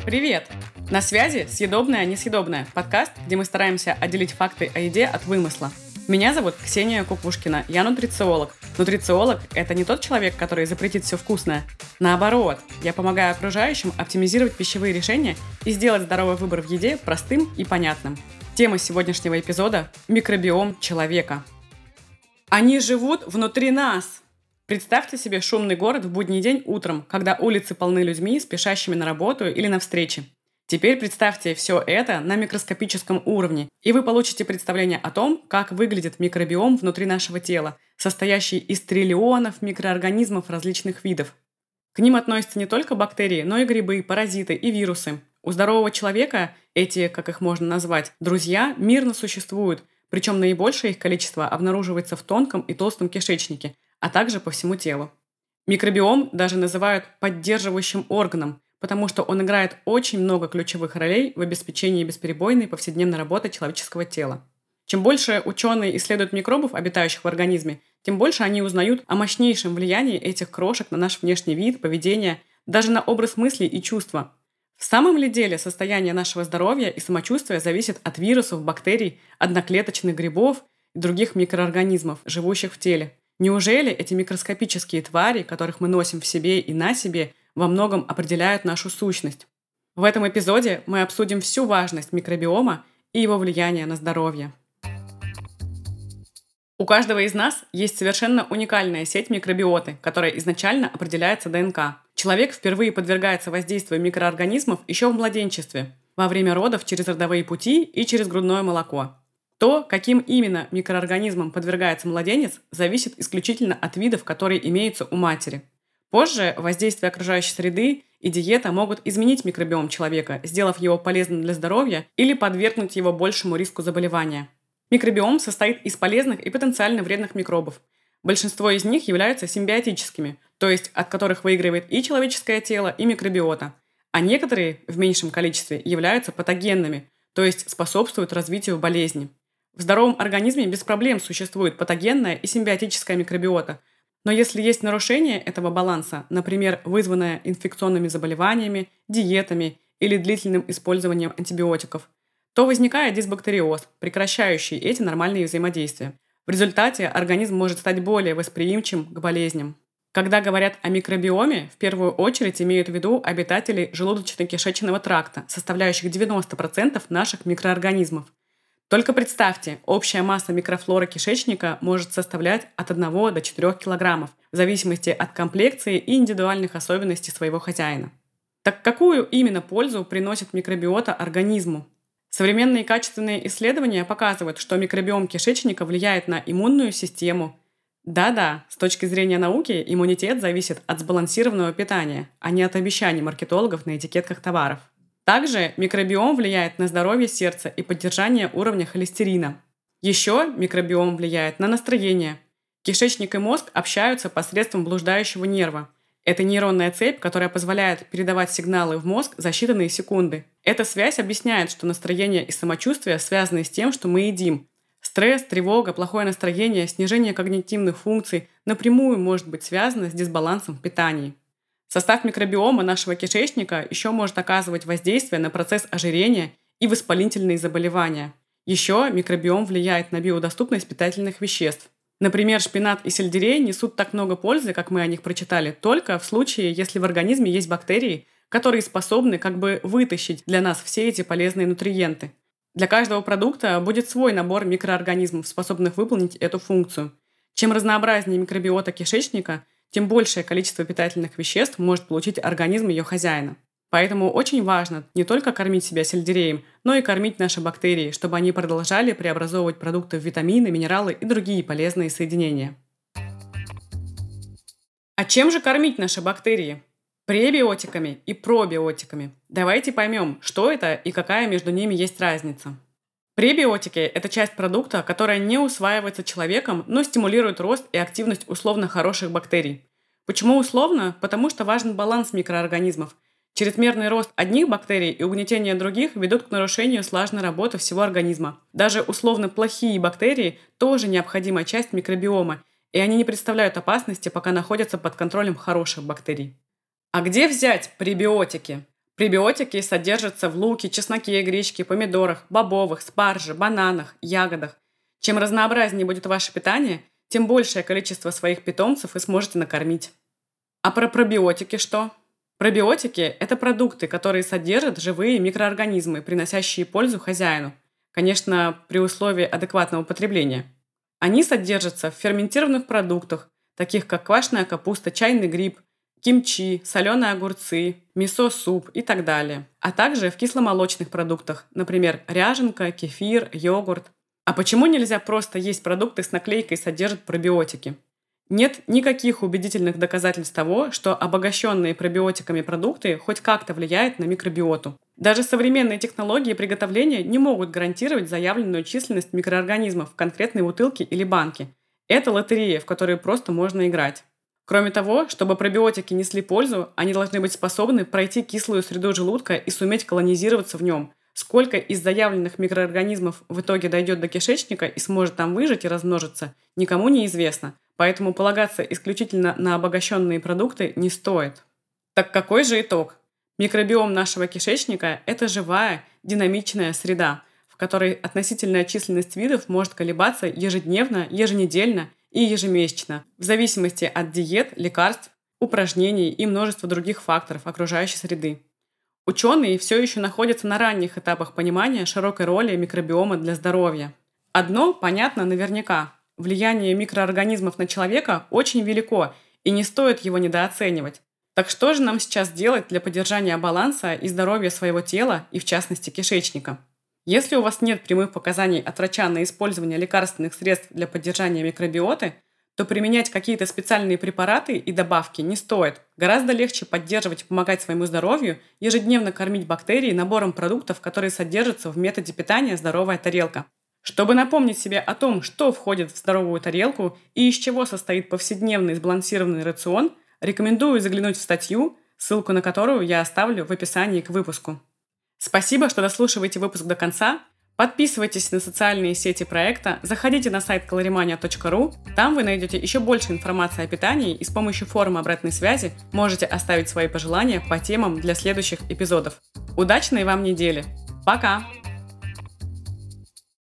Привет! На связи «Съедобное, несъедобное» – подкаст, где мы стараемся отделить факты о еде от вымысла. Меня зовут Ксения Кукушкина, я нутрициолог. Нутрициолог – это не тот человек, который запретит все вкусное. Наоборот, я помогаю окружающим оптимизировать пищевые решения и сделать здоровый выбор в еде простым и понятным. Тема сегодняшнего эпизода – микробиом человека. Они живут внутри нас! Представьте себе шумный город в будний день утром, когда улицы полны людьми, спешащими на работу или на встречи. Теперь представьте все это на микроскопическом уровне, и вы получите представление о том, как выглядит микробиом внутри нашего тела, состоящий из триллионов микроорганизмов различных видов. К ним относятся не только бактерии, но и грибы, паразиты и вирусы. У здорового человека эти, как их можно назвать, друзья мирно существуют, причем наибольшее их количество обнаруживается в тонком и толстом кишечнике, а также по всему телу. Микробиом даже называют поддерживающим органом, потому что он играет очень много ключевых ролей в обеспечении бесперебойной повседневной работы человеческого тела. Чем больше ученые исследуют микробов, обитающих в организме, тем больше они узнают о мощнейшем влиянии этих крошек на наш внешний вид, поведение, даже на образ мыслей и чувства. В самом ли деле состояние нашего здоровья и самочувствия зависит от вирусов, бактерий, одноклеточных грибов и других микроорганизмов, живущих в теле? Неужели эти микроскопические твари, которых мы носим в себе и на себе, во многом определяют нашу сущность? В этом эпизоде мы обсудим всю важность микробиома и его влияние на здоровье. У каждого из нас есть совершенно уникальная сеть микробиоты, которая изначально определяется ДНК. Человек впервые подвергается воздействию микроорганизмов еще в младенчестве, во время родов через родовые пути и через грудное молоко. То, каким именно микроорганизмам подвергается младенец, зависит исключительно от видов, которые имеются у матери. Позже воздействие окружающей среды и диета могут изменить микробиом человека, сделав его полезным для здоровья или подвергнуть его большему риску заболевания. Микробиом состоит из полезных и потенциально вредных микробов. Большинство из них являются симбиотическими, то есть от которых выигрывает и человеческое тело, и микробиота, а некоторые в меньшем количестве являются патогенными, то есть способствуют развитию болезни. В здоровом организме без проблем существует патогенная и симбиотическая микробиота. Но если есть нарушение этого баланса, например, вызванное инфекционными заболеваниями, диетами или длительным использованием антибиотиков, то возникает дисбактериоз, прекращающий эти нормальные взаимодействия. В результате организм может стать более восприимчивым к болезням. Когда говорят о микробиоме, в первую очередь имеют в виду обитателей желудочно-кишечного тракта, составляющих 90% наших микроорганизмов. Только представьте, общая масса микрофлоры кишечника может составлять от 1 до 4 килограммов, в зависимости от комплекции и индивидуальных особенностей своего хозяина. Так какую именно пользу приносит микробиота организму? Современные качественные исследования показывают, что микробиом кишечника влияет на иммунную систему. Да-да, с точки зрения науки иммунитет зависит от сбалансированного питания, а не от обещаний маркетологов на этикетках товаров. Также микробиом влияет на здоровье сердца и поддержание уровня холестерина. Еще микробиом влияет на настроение. Кишечник и мозг общаются посредством блуждающего нерва. Это нейронная цепь, которая позволяет передавать сигналы в мозг за считанные секунды. Эта связь объясняет, что настроение и самочувствие связаны с тем, что мы едим. Стресс, тревога, плохое настроение, снижение когнитивных функций напрямую может быть связано с дисбалансом в питании. Состав микробиома нашего кишечника еще может оказывать воздействие на процесс ожирения и воспалительные заболевания. Еще микробиом влияет на биодоступность питательных веществ. Например, шпинат и сельдерей несут так много пользы, как мы о них прочитали, только в случае, если в организме есть бактерии, которые способны вытащить для нас все эти полезные нутриенты. Для каждого продукта будет свой набор микроорганизмов, способных выполнить эту функцию. Чем разнообразнее микробиота кишечника, тем большее количество питательных веществ может получить организм ее хозяина. Поэтому очень важно не только кормить себя сельдереем, но и кормить наши бактерии, чтобы они продолжали преобразовывать продукты в витамины, минералы и другие полезные соединения. А чем же кормить наши бактерии? Пребиотиками и пробиотиками. Давайте поймем, что это и какая между ними есть разница. Пребиотики – это часть продукта, которая не усваивается человеком, но стимулирует рост и активность условно хороших бактерий. Почему условно? Потому что важен баланс микроорганизмов. Чрезмерный рост одних бактерий и угнетение других ведут к нарушению слаженной работы всего организма. Даже условно плохие бактерии тоже необходимая часть микробиома, и они не представляют опасности, пока находятся под контролем хороших бактерий. А где взять пребиотики? Пребиотики содержатся в луке, чесноке, гречке, помидорах, бобовых, спарже, бананах, ягодах. Чем разнообразнее будет ваше питание, тем большее количество своих питомцев вы сможете накормить. А про пробиотики что? Пробиотики – это продукты, которые содержат живые микроорганизмы, приносящие пользу хозяину. Конечно, при условии адекватного потребления. Они содержатся в ферментированных продуктах, таких как квашеная капуста, чайный гриб, кимчи, соленые огурцы, мисо-суп и так далее. А также в кисломолочных продуктах, например, ряженка, кефир, йогурт. А почему нельзя просто есть продукты с наклейкой «содержат пробиотики»? Нет никаких убедительных доказательств того, что обогащенные пробиотиками продукты хоть как-то влияют на микробиоту. Даже современные технологии приготовления не могут гарантировать заявленную численность микроорганизмов в конкретной бутылке или банке. Это лотерея, в которую просто можно играть. Кроме того, чтобы пробиотики несли пользу, они должны быть способны пройти кислую среду желудка и суметь колонизироваться в нем. Сколько из заявленных микроорганизмов в итоге дойдет до кишечника и сможет там выжить и размножиться, никому не известно. Поэтому полагаться исключительно на обогащенные продукты не стоит. Так какой же итог? Микробиом нашего кишечника – это живая, динамичная среда, в которой относительная численность видов может колебаться ежедневно, еженедельно и ежемесячно, в зависимости от диет, лекарств, упражнений и множества других факторов окружающей среды. Ученые все еще находятся на ранних этапах понимания широкой роли микробиома для здоровья. Одно понятно наверняка – влияние микроорганизмов на человека очень велико, и не стоит его недооценивать. Так что же нам сейчас делать для поддержания баланса и здоровья своего тела, и в частности кишечника? Если у вас нет прямых показаний от врача на использование лекарственных средств для поддержания микробиоты, то применять какие-то специальные препараты и добавки не стоит. Гораздо легче поддерживать и помогать своему здоровью, ежедневно кормить бактерии набором продуктов, которые содержатся в методе питания «Здоровая тарелка». Чтобы напомнить себе о том, что входит в здоровую тарелку и из чего состоит повседневный сбалансированный рацион, рекомендую заглянуть в статью, ссылку на которую я оставлю в описании к выпуску. Спасибо, что дослушиваете выпуск до конца. Подписывайтесь на социальные сети проекта, заходите на сайт calorimania.ru, там вы найдете еще больше информации о питании и с помощью формы обратной связи можете оставить свои пожелания по темам для следующих эпизодов. Удачной вам недели! Пока!